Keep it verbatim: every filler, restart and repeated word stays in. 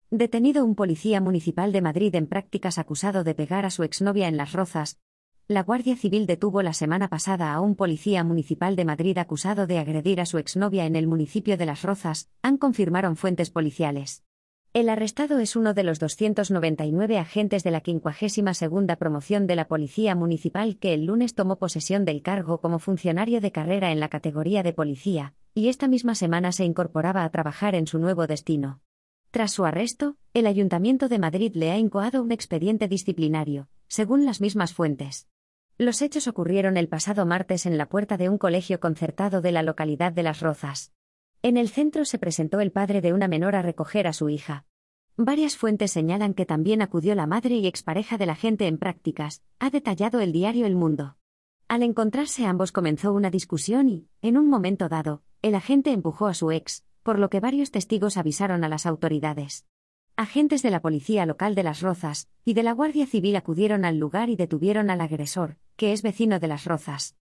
Detenido un policía municipal de Madrid en prácticas acusado de pegar a su exnovia en Las Rozas. La Guardia Civil detuvo la semana pasada a un policía municipal de Madrid acusado de agredir a su exnovia en el municipio de Las Rozas, han confirmaron fuentes policiales. El arrestado es uno de los doscientos noventa y nueve agentes de la quincuagésima segunda promoción de la Policía Municipal que el lunes tomó posesión del cargo como funcionario de carrera en la categoría de policía, y esta misma semana se incorporaba a trabajar en su nuevo destino. Tras su arresto, el Ayuntamiento de Madrid le ha incoado un expediente disciplinario, según las mismas fuentes. Los hechos ocurrieron el pasado martes en la puerta de un colegio concertado de la localidad de Las Rozas. En el centro se presentó el padre de una menor a recoger a su hija. Varias fuentes señalan que también acudió la madre y expareja del agente en prácticas, ha detallado el diario El Mundo. Al encontrarse ambos comenzó una discusión y, en un momento dado, el agente empujó a su ex, por lo que varios testigos avisaron a las autoridades. Agentes de la policía local de Las Rozas y de la Guardia Civil acudieron al lugar y detuvieron al agresor, que es vecino de Las Rozas.